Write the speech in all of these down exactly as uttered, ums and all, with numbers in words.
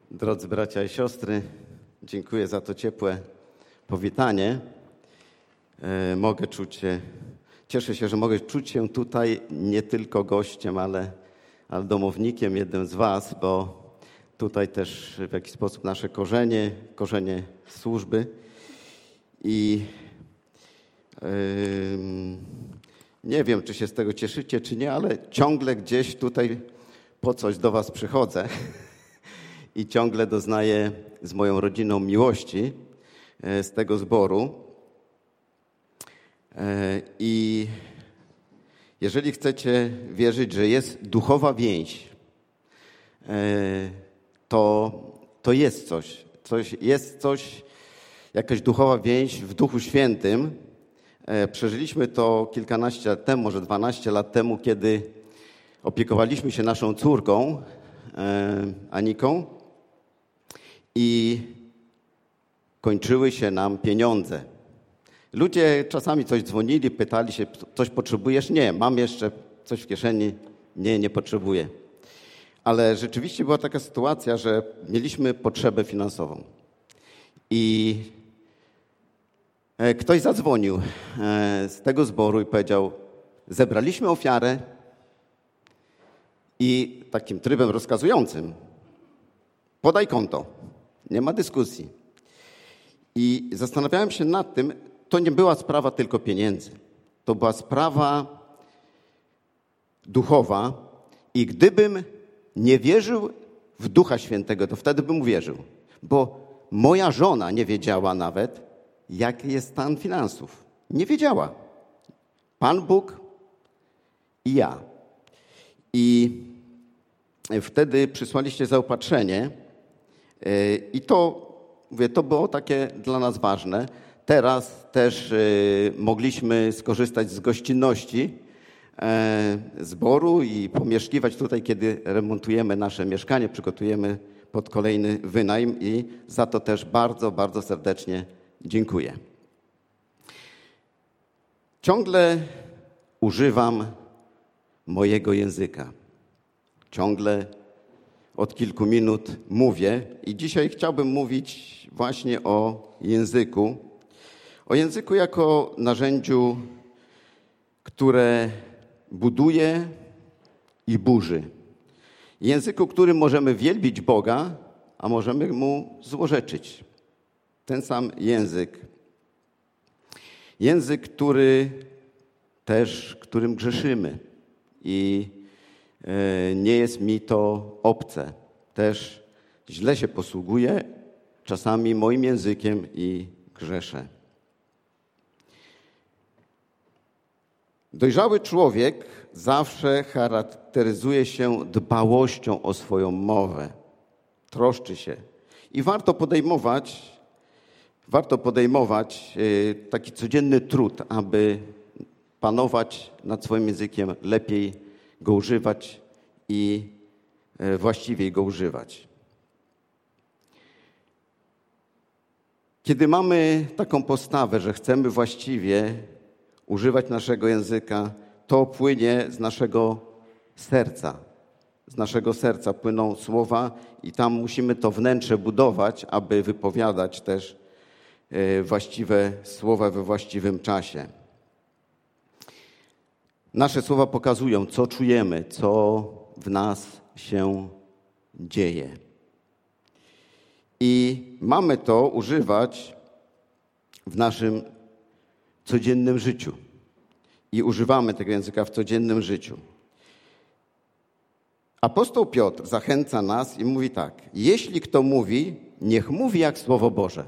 Drodzy bracia i siostry, dziękuję za to ciepłe powitanie. E, mogę czuć się, cieszę się, że mogę czuć się tutaj nie tylko gościem, ale, ale domownikiem, jednym z was, bo tutaj też w jakiś sposób nasze korzenie, korzenie służby. I yy, nie wiem, czy się z tego cieszycie, czy nie, ale ciągle gdzieś tutaj po coś do was przychodzę. I ciągle doznaję z moją rodziną miłości z tego zboru. I jeżeli chcecie wierzyć, że jest duchowa więź, to, to jest coś, coś. Jest coś, jakaś duchowa więź w Duchu Świętym. Przeżyliśmy to kilkanaście lat temu, może dwanaście lat temu, kiedy opiekowaliśmy się naszą córką, Aniką. I kończyły się nam pieniądze. Ludzie czasami coś dzwonili, pytali się, coś potrzebujesz? Nie, mam jeszcze coś w kieszeni. Nie, nie potrzebuję. Ale rzeczywiście była taka sytuacja, że mieliśmy potrzebę finansową. I ktoś zadzwonił z tego zboru i powiedział, zebraliśmy ofiarę i takim trybem rozkazującym, podaj konto. Nie ma dyskusji. I zastanawiałem się nad tym, to nie była sprawa tylko pieniędzy. To była sprawa duchowa i gdybym nie wierzył w Ducha Świętego, to wtedy bym uwierzył. Bo moja żona nie wiedziała nawet, jaki jest stan finansów. Nie wiedziała. Pan Bóg i ja. I wtedy przysłaliście zaopatrzenie. I to, mówię, to było takie dla nas ważne. Teraz też y, mogliśmy skorzystać z gościnności e, zboru i pomieszkiwać tutaj, kiedy remontujemy nasze mieszkanie, przygotujemy pod kolejny wynajem i za to też bardzo, bardzo serdecznie dziękuję. Ciągle używam mojego języka. Ciągle od kilku minut mówię i dzisiaj chciałbym mówić właśnie o języku. O języku jako narzędziu, które buduje i burzy. Języku, którym możemy wielbić Boga, a możemy Mu złorzeczyć. Ten sam język. Język, który też, którym grzeszymy. I nie jest mi to obce. Też źle się posługuję czasami moim językiem i grzeszę. Dojrzały człowiek zawsze charakteryzuje się dbałością o swoją mowę. Troszczy się. I warto podejmować, warto podejmować taki codzienny trud, aby panować nad swoim językiem, lepiej go używać i właściwie go używać. Kiedy mamy taką postawę, że chcemy właściwie używać naszego języka, to płynie z naszego serca. Z naszego serca płyną słowa i tam musimy to wnętrze budować, aby wypowiadać też właściwe słowa we właściwym czasie. Nasze słowa pokazują, co czujemy, co w nas się dzieje. I mamy to używać w naszym codziennym życiu. I używamy tego języka w codziennym życiu. Apostoł Piotr zachęca nas i mówi tak. Jeśli kto mówi, niech mówi jak Słowo Boże.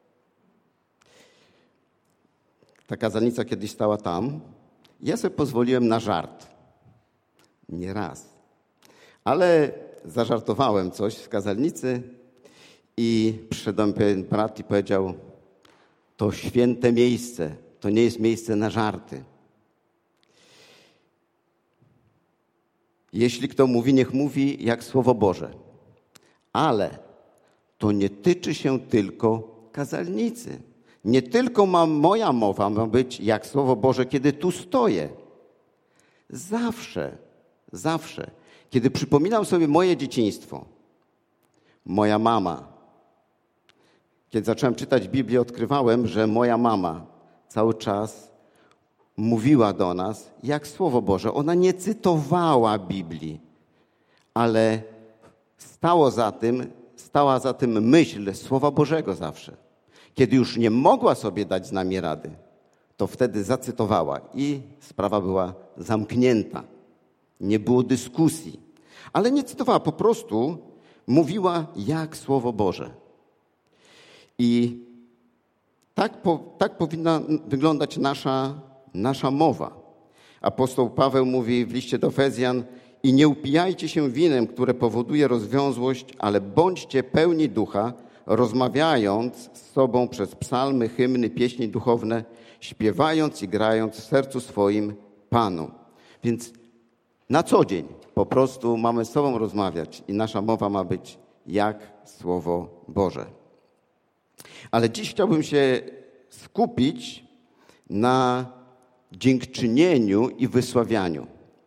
Ta kazalnica kiedyś stała tam. Ja sobie pozwoliłem na żart. Nie raz. Ale zażartowałem coś w kazalnicy i przyszedł do mnie pewien brat i powiedział, to święte miejsce, to nie jest miejsce na żarty. Jeśli kto mówi, niech mówi jak Słowo Boże. Ale to nie tyczy się tylko kazalnicy. Nie tylko ma moja mowa ma być jak Słowo Boże, kiedy tu stoję. Zawsze, zawsze, kiedy przypominam sobie moje dzieciństwo, moja mama. Kiedy zacząłem czytać Biblię, odkrywałem, że moja mama cały czas mówiła do nas jak Słowo Boże. Ona nie cytowała Biblii, ale stało za tym, stała za tym myśl Słowa Bożego zawsze. Kiedy już nie mogła sobie dać z nami rady, to wtedy zacytowała i sprawa była zamknięta. Nie było dyskusji. Ale nie cytowała, po prostu mówiła jak Słowo Boże. I tak, po, tak powinna wyglądać nasza, nasza mowa. Apostoł Paweł mówi w liście do Efezjan: i nie upijajcie się winem, które powoduje rozwiązłość, ale bądźcie pełni ducha, rozmawiając z sobą przez psalmy, hymny, pieśni duchowne, śpiewając i grając w sercu swoim Panu. Więc na co dzień po prostu mamy z sobą rozmawiać i nasza mowa ma być jak Słowo Boże. Ale dziś chciałbym się skupić na dziękczynieniu i wysławianiu.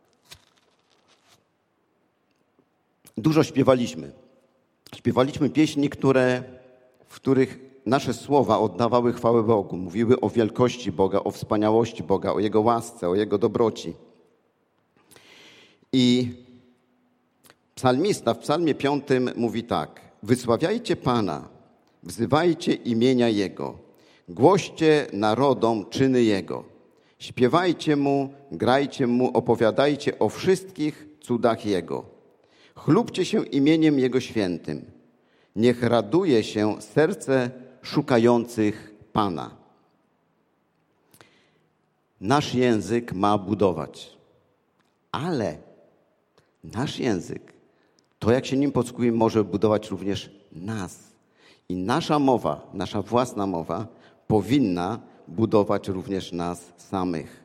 Dużo śpiewaliśmy. Śpiewaliśmy pieśni, które, w których nasze słowa oddawały chwałę Bogu. Mówiły o wielkości Boga, o wspaniałości Boga, o Jego łasce, o Jego dobroci. I psalmista w psalmie piątym mówi tak: wysławiajcie Pana, wzywajcie imienia Jego, głoście narodom czyny Jego, śpiewajcie Mu, grajcie Mu, opowiadajcie o wszystkich cudach Jego. Chlubcie się imieniem Jego świętym. Niech raduje się serce szukających Pana. Nasz język ma budować, ale nasz język, to jak się nim podskuje, może budować również nas. I nasza mowa, nasza własna mowa powinna budować również nas samych.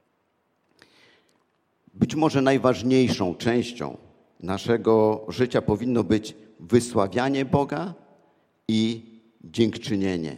Być może najważniejszą częścią naszego życia powinno być wysławianie Boga i dziękczynienie.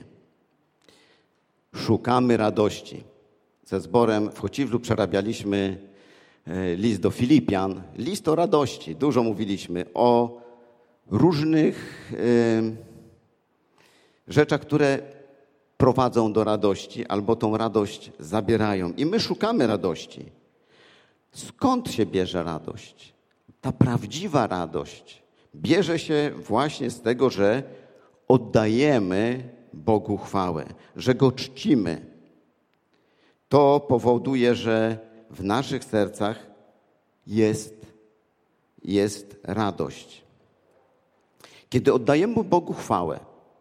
Szukamy radości. Ze zborem w Chociwlu przerabialiśmy list do Filipian, list o radości. Dużo mówiliśmy o różnych y, rzeczach, które prowadzą do radości albo tą radość zabierają. I my szukamy radości. Skąd się bierze radość? Ta prawdziwa radość bierze się właśnie z tego, że oddajemy Bogu chwałę, że Go czcimy. To powoduje, że w naszych sercach jest, jest radość. Kiedy oddajemy Bogu chwałę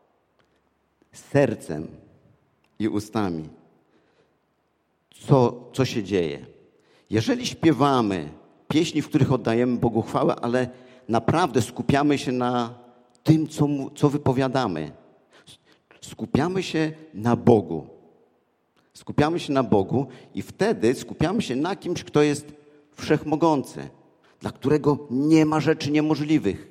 sercem i ustami, co, co się dzieje? Jeżeli śpiewamy pieśni, w których oddajemy Bogu chwałę, ale naprawdę skupiamy się na tym, co, mu, co wypowiadamy. Skupiamy się na Bogu. Skupiamy się na Bogu i wtedy skupiamy się na kimś, kto jest wszechmogący, dla którego nie ma rzeczy niemożliwych.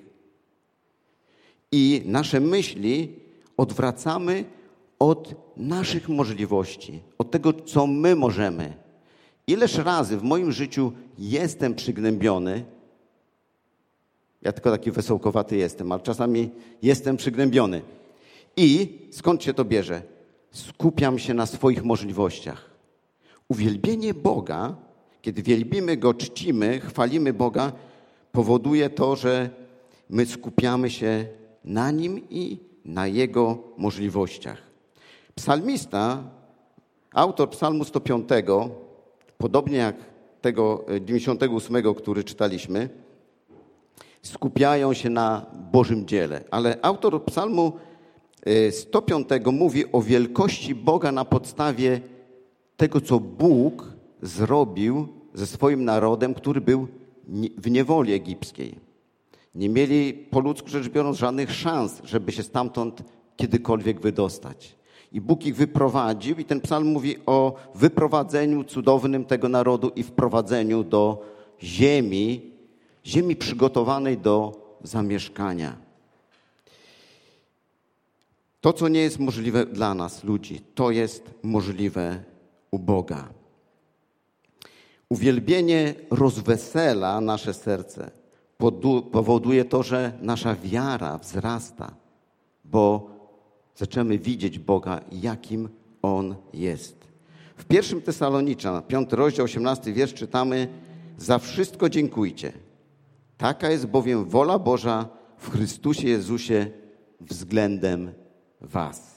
I nasze myśli odwracamy od naszych możliwości, od tego, co my możemy. Ileż razy w moim życiu jestem przygnębiony, ja tylko taki wesołkowaty jestem, ale czasami jestem przygnębiony. I skąd się to bierze? Skupiam się na swoich możliwościach. Uwielbienie Boga, kiedy wielbimy Go, czcimy, chwalimy Boga, powoduje to, że my skupiamy się na Nim i na Jego możliwościach. Psalmista, autor psalmu sto piątego, podobnie jak tego dziewięćdziesiątego ósmego, który czytaliśmy, skupiają się na Bożym dziele. Ale autor psalmu sto piątego mówi o wielkości Boga na podstawie tego, co Bóg zrobił ze swoim narodem, który był w niewoli egipskiej. Nie mieli, po ludzku rzecz biorąc, żadnych szans, żeby się stamtąd kiedykolwiek wydostać. I Bóg ich wyprowadził i ten psalm mówi o wyprowadzeniu cudownym tego narodu i wprowadzeniu do ziemi, ziemi przygotowanej do zamieszkania. To, co nie jest możliwe dla nas, ludzi, to jest możliwe u Boga. Uwielbienie rozwesela nasze serce, powoduje to, że nasza wiara wzrasta, bo zaczynamy widzieć Boga, jakim On jest. W pierwszym Tesaloniczan, piąty rozdział, osiemnasty wiersz czytamy: za wszystko dziękujcie. Taka jest bowiem wola Boża w Chrystusie Jezusie względem was.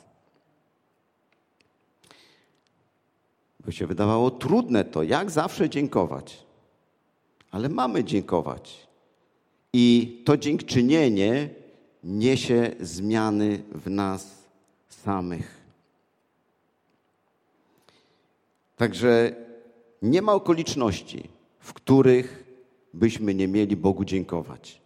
By się wydawało trudne to, jak zawsze dziękować. Ale mamy dziękować. I to dziękczynienie niesie zmiany w nas samych. Także nie ma okoliczności, w których byśmy nie mieli Bogu dziękować.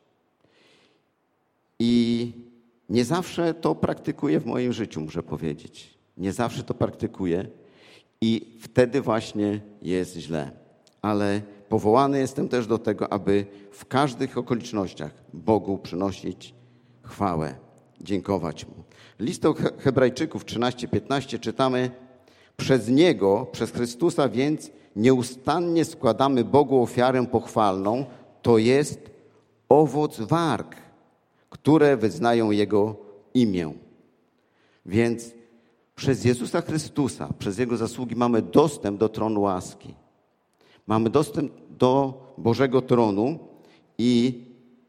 I nie zawsze to praktykuję w moim życiu, muszę powiedzieć. Nie zawsze to praktykuję i wtedy właśnie jest źle. Ale powołany jestem też do tego, aby w każdych okolicznościach Bogu przynosić chwałę, dziękować Mu. List do Hebrajczyków trzynaście piętnaście czytamy: przez Niego, przez Chrystusa więc nieustannie składamy Bogu ofiarę pochwalną, to jest owoc warg, które wyznają Jego imię. Więc przez Jezusa Chrystusa, przez Jego zasługi mamy dostęp do tronu łaski. Mamy dostęp do Bożego tronu i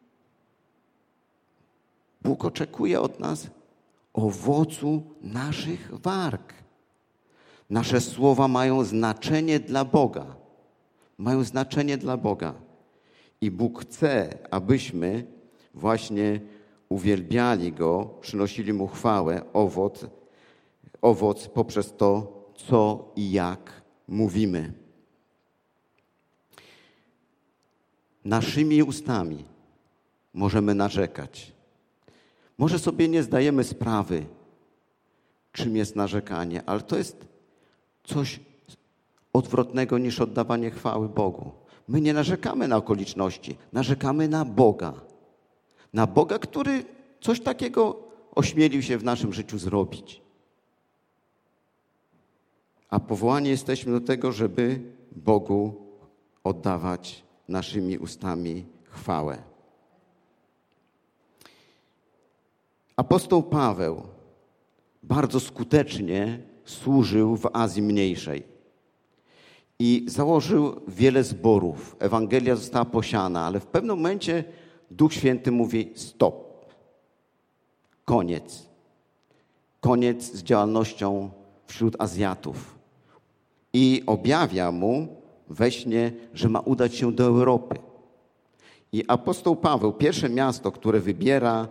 Bóg oczekuje od nas owocu naszych warg. Nasze słowa mają znaczenie dla Boga. Mają znaczenie dla Boga. I Bóg chce, abyśmy właśnie uwielbiali Go, przynosili Mu chwałę, owoc, owoc poprzez to, co i jak mówimy. Naszymi ustami możemy narzekać. Może sobie nie zdajemy sprawy, czym jest narzekanie, ale to jest coś odwrotnego niż oddawanie chwały Bogu. My nie narzekamy na okoliczności, narzekamy na Boga. Na Boga, który coś takiego ośmielił się w naszym życiu zrobić. A powołani jesteśmy do tego, żeby Bogu oddawać naszymi ustami chwałę. Apostoł Paweł bardzo skutecznie służył w Azji Mniejszej i założył wiele zborów. Ewangelia została posiana, ale w pewnym momencie Duch Święty mówi: stop, koniec. Koniec z działalnością wśród Azjatów. I objawia mu we śnie, że ma udać się do Europy. I apostoł Paweł, pierwsze miasto, które wybiera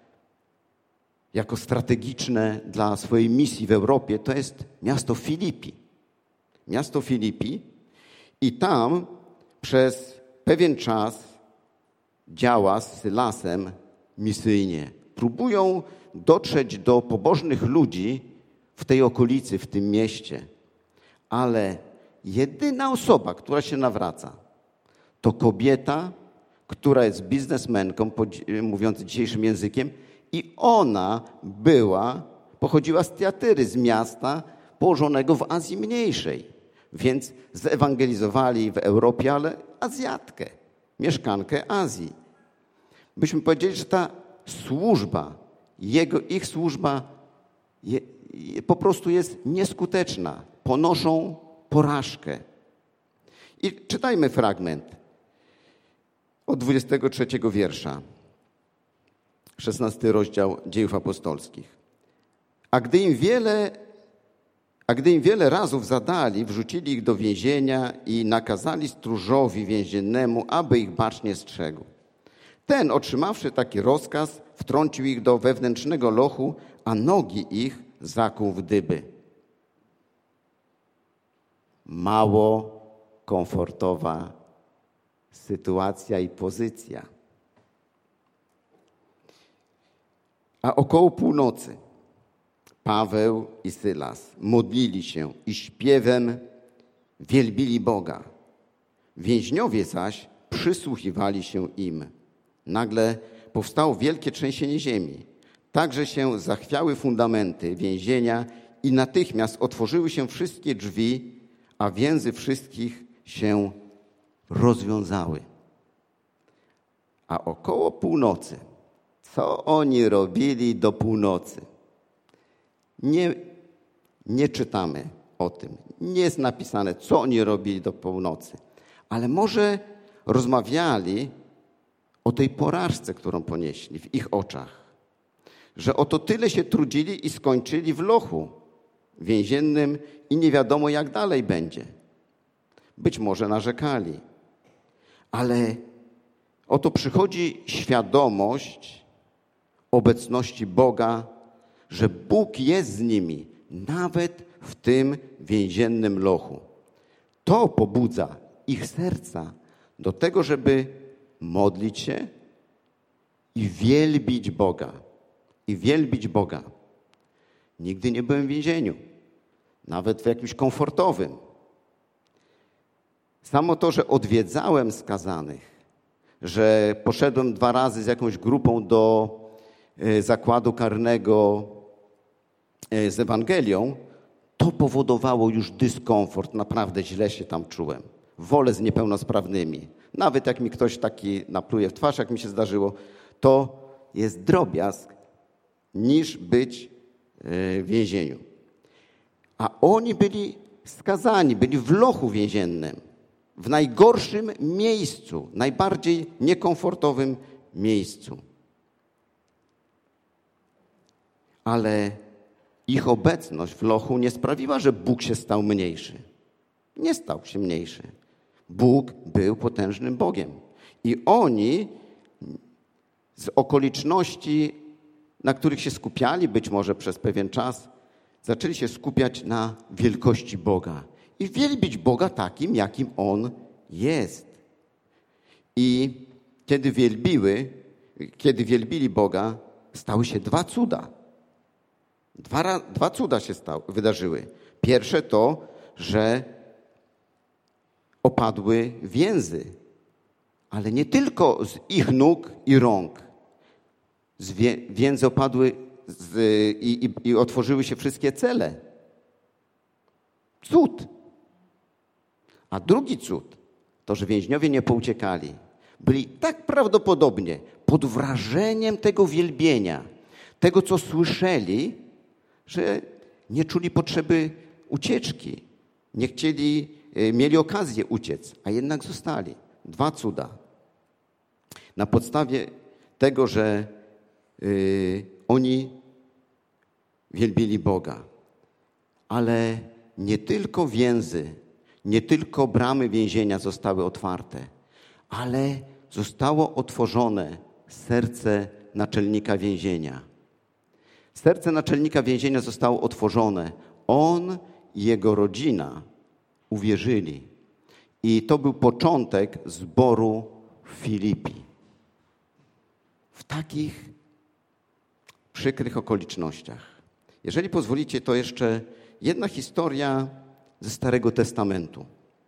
jako strategiczne dla swojej misji w Europie, to jest miasto Filipi. Miasto Filipi i tam przez pewien czas działa z Sylasem misyjnie. Próbują dotrzeć do pobożnych ludzi w tej okolicy, w tym mieście. Ale jedyna osoba, która się nawraca, to kobieta, która jest biznesmenką, mówiąc dzisiejszym językiem, i ona była, pochodziła z Tiatyry, z miasta położonego w Azji Mniejszej. Więc zewangelizowali w Europie, ale Azjatkę, mieszkankę Azji. Byśmy powiedzieli, że ta służba, jego, ich służba je, je, po prostu jest nieskuteczna. Ponoszą porażkę. I czytajmy fragment od dwudziestego trzeciego wiersza. szesnasty rozdział Dziejów Apostolskich. A gdy im wiele, a gdy im wiele razów zadali, wrzucili ich do więzienia i nakazali stróżowi więziennemu, aby ich bacznie strzegł. Ten, otrzymawszy taki rozkaz, wtrącił ich do wewnętrznego lochu, a nogi ich zakuł w dyby. Mało komfortowa sytuacja i pozycja. A około północy Paweł i Sylas modlili się i śpiewem wielbili Boga. Więźniowie zaś przysłuchiwali się im. Nagle powstało wielkie trzęsienie ziemi. Także się zachwiały fundamenty więzienia i natychmiast otworzyły się wszystkie drzwi, a więzy wszystkich się rozwiązały. A około północy, co oni robili do północy? Nie, nie czytamy o tym. Nie jest napisane, co oni robili do północy. Ale może rozmawiali o tej porażce, którą ponieśli w ich oczach. Że oto tyle się trudzili i skończyli w lochu więziennym i nie wiadomo, jak dalej będzie. Być może narzekali. Ale oto przychodzi świadomość obecności Boga, że Bóg jest z nimi, nawet w tym więziennym lochu. To pobudza ich serca do tego, żeby modlić się i wielbić Boga. I wielbić Boga. Nigdy nie byłem w więzieniu, nawet w jakimś komfortowym. Samo to, że odwiedzałem skazanych, że poszedłem dwa razy z jakąś grupą do zakładu karnego z Ewangelią, to powodowało już dyskomfort. Naprawdę źle się tam czułem. Wolę z niepełnosprawnymi. Nawet jak mi ktoś taki napluje w twarz, jak mi się zdarzyło, to jest drobiazg niż być w więzieniu. A oni byli skazani, byli w lochu więziennym, w najgorszym miejscu, najbardziej niekomfortowym miejscu. Ale ich obecność w lochu nie sprawiła, że Bóg się stał mniejszy. Nie stał się mniejszy. Bóg był potężnym Bogiem. I oni z okoliczności, na których się skupiali być może przez pewien czas, zaczęli się skupiać na wielkości Boga i wielbić Boga takim, jakim On jest. I kiedy wielbiły, kiedy wielbili Boga, stały się dwa cuda. Dwa, dwa cuda się stały, wydarzyły. Pierwsze to, że opadły więzy, ale nie tylko z ich nóg i rąk. Z wie, więzy opadły z, i, i, i otworzyły się wszystkie cele. Cud. A drugi cud to, że więźniowie nie pouciekali. Byli tak prawdopodobnie pod wrażeniem tego wielbienia, tego, co słyszeli, że nie czuli potrzeby ucieczki. Nie chcieli, mieli okazję uciec, a jednak zostali. Dwa cuda. Na podstawie tego, że yy, oni wielbili Boga. Ale nie tylko więzy, nie tylko bramy więzienia zostały otwarte, ale zostało otworzone serce naczelnika więzienia. Serce naczelnika więzienia zostało otworzone. On i jego rodzina uwierzyli. I to był początek zboru w Filipi. W takich przykrych okolicznościach. Jeżeli pozwolicie, to jeszcze jedna historia ze Starego Testamentu.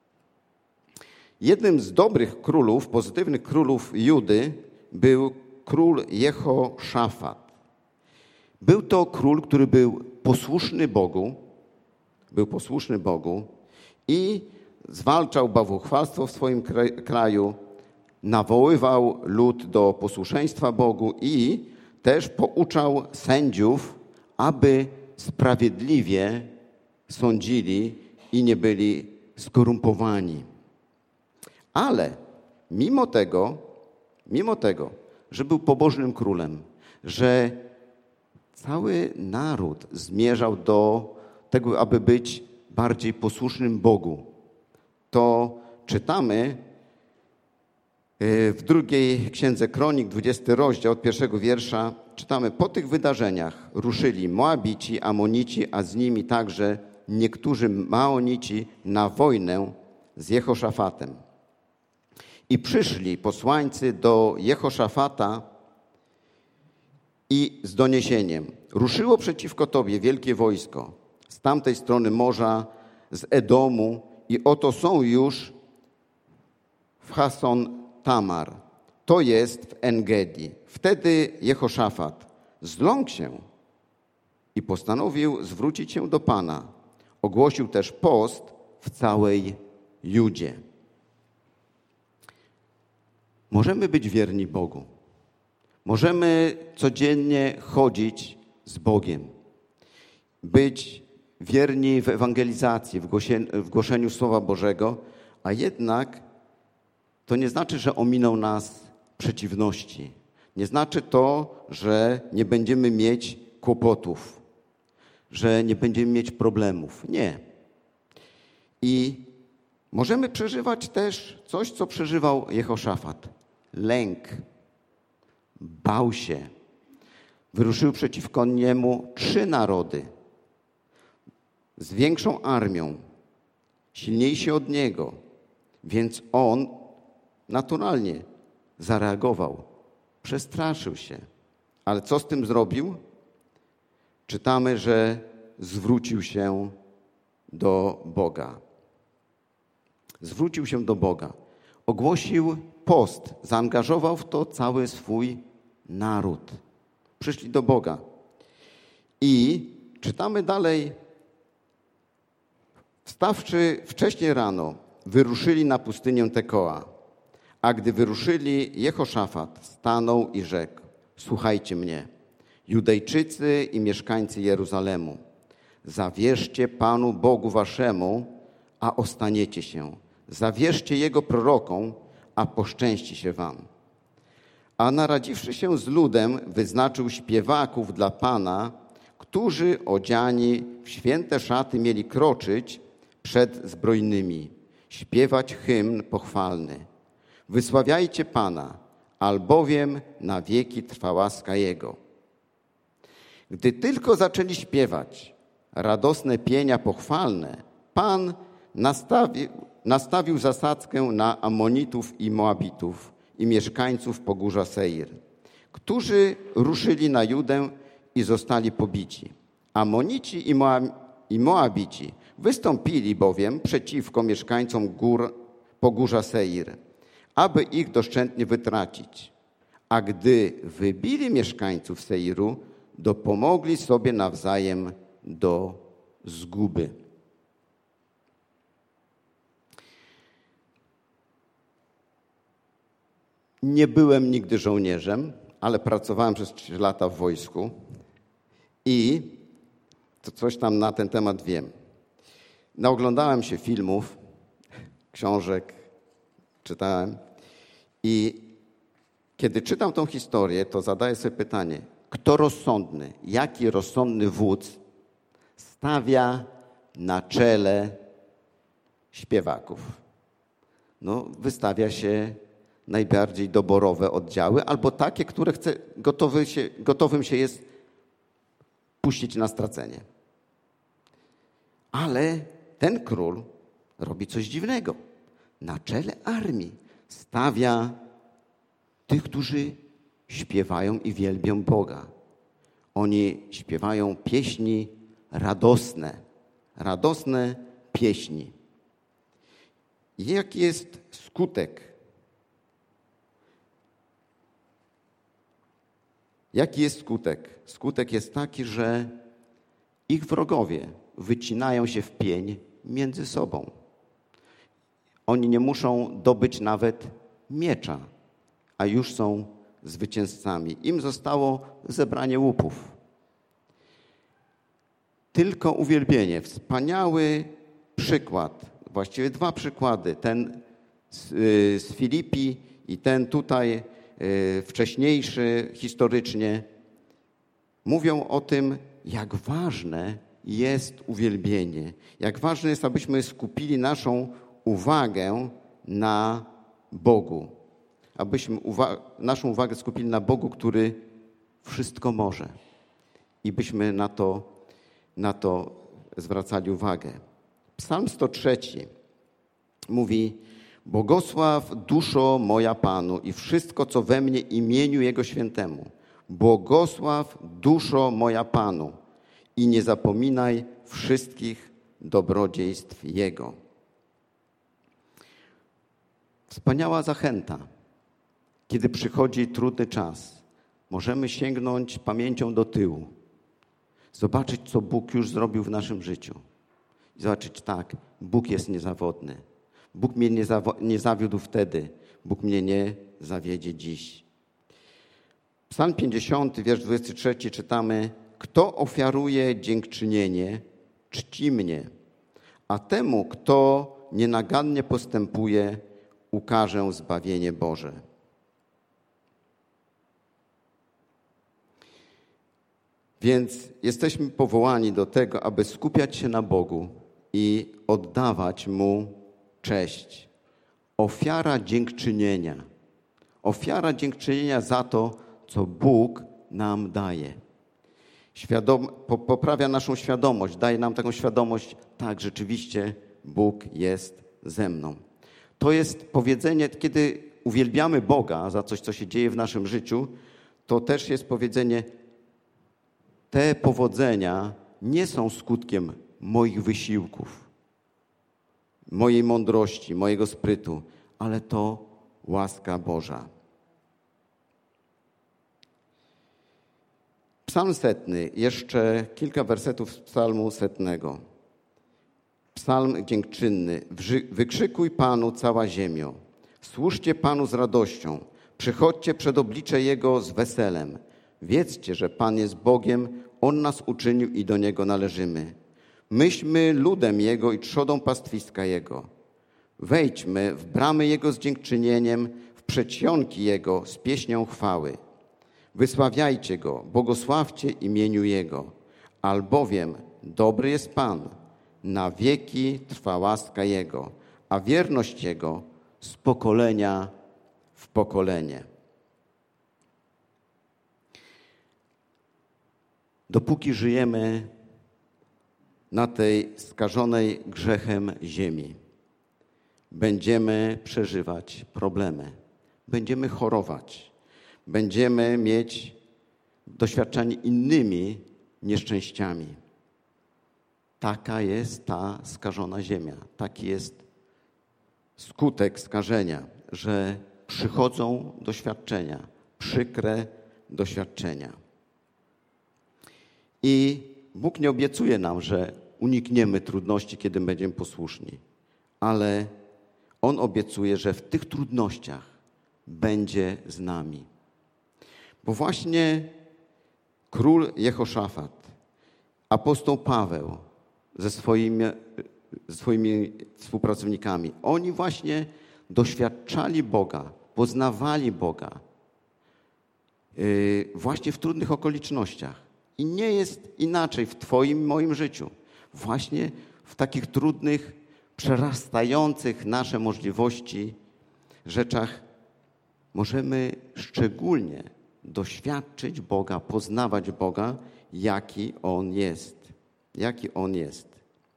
Jednym z dobrych królów, pozytywnych królów Judy był król Jehoszafat. Był to król, który był posłuszny Bogu, był posłuszny Bogu i zwalczał bałwochwalstwo w swoim kraju, nawoływał lud do posłuszeństwa Bogu i też pouczał sędziów, aby sprawiedliwie sądzili i nie byli skorumpowani. Ale mimo tego, mimo tego, że był pobożnym królem, że cały naród zmierzał do tego, aby być bardziej posłusznym Bogu, to czytamy w drugiej księdze Kronik, dwudziesty rozdział, od pierwszego wiersza, czytamy: po tych wydarzeniach ruszyli Moabici, Amonici, a z nimi także niektórzy Maonici na wojnę z Jehoszafatem. I przyszli posłańcy do Jehoszafata i z doniesieniem: ruszyło przeciwko tobie wielkie wojsko z tamtej strony morza, z Edomu, i oto są już w Hason Tamar, to jest w Engedi. Wtedy Jehoszafat zląkł się i postanowił zwrócić się do Pana. Ogłosił też post w całej Judzie. Możemy być wierni Bogu. Możemy codziennie chodzić z Bogiem. Być wierni w ewangelizacji, w głoszeniu, w głoszeniu Słowa Bożego, a jednak to nie znaczy, że ominą nas przeciwności. Nie znaczy to, że nie będziemy mieć kłopotów, że nie będziemy mieć problemów. Nie. I możemy przeżywać też coś, co przeżywał Jehoszafat. Lęk. Bał się. Wyruszyły przeciwko niemu trzy narody z większą armią, silniejsi od niego, więc on naturalnie zareagował, przestraszył się. Ale co z tym zrobił? Czytamy, że zwrócił się do Boga. Zwrócił się do Boga. Ogłosił post, zaangażował w to cały swój naród. Przyszli do Boga. I czytamy dalej. Wstawszy wcześnie rano, wyruszyli na pustynię Tekoa. A gdy wyruszyli, Jehoszafat stanął i rzekł: słuchajcie mnie, Judejczycy i mieszkańcy Jeruzalemu, zawierzcie Panu Bogu waszemu, a ostaniecie się. Zawierzcie Jego prorokom, a poszczęści się wam. A naradziwszy się z ludem, wyznaczył śpiewaków dla Pana, którzy odziani w święte szaty mieli kroczyć przed zbrojnymi, śpiewać hymn pochwalny. Wysławiajcie Pana, albowiem na wieki trwa łaska Jego. Gdy tylko zaczęli śpiewać radosne pienia pochwalne, Pan nastawił, nastawił zasadzkę na Amonitów i Moabitów i mieszkańców Pogórza Seir, którzy ruszyli na Judę i zostali pobici. Amonici i Moabici wystąpili bowiem przeciwko mieszkańcom gór Pogórza Seir, aby ich doszczętnie wytracić. A gdy wybili mieszkańców Seiru, dopomogli sobie nawzajem do zguby. Nie byłem nigdy żołnierzem, ale pracowałem przez trzy lata w wojsku i to coś tam na ten temat wiem. Naoglądałem się filmów, książek, czytałem i kiedy czytam tą historię, to zadaję sobie pytanie, kto rozsądny, jaki rozsądny wódz stawia na czele śpiewaków? No, wystawia się najbardziej doborowe oddziały, albo takie, które chce, gotowy się, gotowym się jest puścić na stracenie. Ale ten król robi coś dziwnego. Na czele armii stawia tych, którzy śpiewają i wielbią Boga. Oni śpiewają pieśni radosne, radosne pieśni. I jaki jest skutek? Jaki jest skutek? Skutek jest taki, że ich wrogowie wycinają się w pień między sobą. Oni nie muszą dobyć nawet miecza, a już są zwycięzcami. Im zostało zebranie łupów. Tylko uwielbienie. Wspaniały przykład, właściwie dwa przykłady. Ten z, z Filipi i ten tutaj wcześniejszy historycznie, mówią o tym, jak ważne jest uwielbienie. Jak ważne jest, abyśmy skupili naszą uwagę na Bogu. Abyśmy uwa- naszą uwagę skupili na Bogu, który wszystko może. I byśmy na to, na to zwracali uwagę. Psalm sto trzy mówi: błogosław duszo moja Panu i wszystko, co we mnie, imieniu Jego świętemu. Błogosław duszo moja Panu i nie zapominaj wszystkich dobrodziejstw Jego. Wspaniała zachęta. Kiedy przychodzi trudny czas, możemy sięgnąć pamięcią do tyłu, zobaczyć, co Bóg już zrobił w naszym życiu. I zobaczyć, tak, Bóg jest niezawodny. Bóg mnie nie, zawo- nie zawiódł wtedy. Bóg mnie nie zawiedzie dziś. Psalm pięćdziesiąty, wiersz dwudziesty trzeci czytamy: kto ofiaruje dziękczynienie, czci mnie, a temu, kto nienagannie postępuje, ukażę zbawienie Boże. Więc jesteśmy powołani do tego, aby skupiać się na Bogu i oddawać Mu cześć. Ofiara dziękczynienia. Ofiara dziękczynienia za to, co Bóg nam daje. Świadom, poprawia naszą świadomość, daje nam taką świadomość, tak, rzeczywiście Bóg jest ze mną. To jest powiedzenie, kiedy uwielbiamy Boga za coś, co się dzieje w naszym życiu, to też jest powiedzenie, te powodzenia nie są skutkiem moich wysiłków, mojej mądrości, mojego sprytu, ale to łaska Boża. Psalm setny, jeszcze kilka wersetów z psalmu setnego. Psalm dziękczynny. Wykrzykuj Panu cała ziemio. Służcie Panu z radością. Przychodźcie przed oblicze Jego z weselem. Wiedzcie, że Pan jest Bogiem, On nas uczynił i do Niego należymy. Myśmy ludem Jego i trzodą pastwiska Jego. Wejdźmy w bramy Jego z dziękczynieniem, w przedsionki Jego z pieśnią chwały. Wysławiajcie Go, błogosławcie imieniu Jego, albowiem dobry jest Pan, na wieki trwa łaska Jego, a wierność Jego z pokolenia w pokolenie. Dopóki żyjemy na tej skażonej grzechem ziemi, będziemy przeżywać problemy, będziemy chorować, będziemy mieć doświadczanie innymi nieszczęściami. Taka jest ta skażona ziemia, taki jest skutek skażenia, że przychodzą doświadczenia, przykre doświadczenia. I Bóg nie obiecuje nam, że unikniemy trudności, kiedy będziemy posłuszni, ale On obiecuje, że w tych trudnościach będzie z nami. Bo właśnie król Jehoszafat, apostoł Paweł ze swoimi, ze swoimi współpracownikami, oni właśnie doświadczali Boga, poznawali Boga yy, właśnie w trudnych okolicznościach. I nie jest inaczej w Twoim, moim życiu. Właśnie w takich trudnych, przerastających nasze możliwości rzeczach możemy szczególnie doświadczyć Boga, poznawać Boga, jaki On jest. Jaki On jest.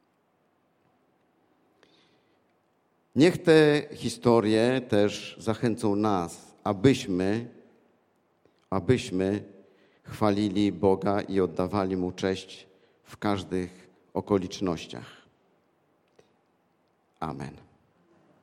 Niech te historie też zachęcą nas, abyśmy, abyśmy chwalili Boga i oddawali Mu cześć w każdych okolicznościach. Amen.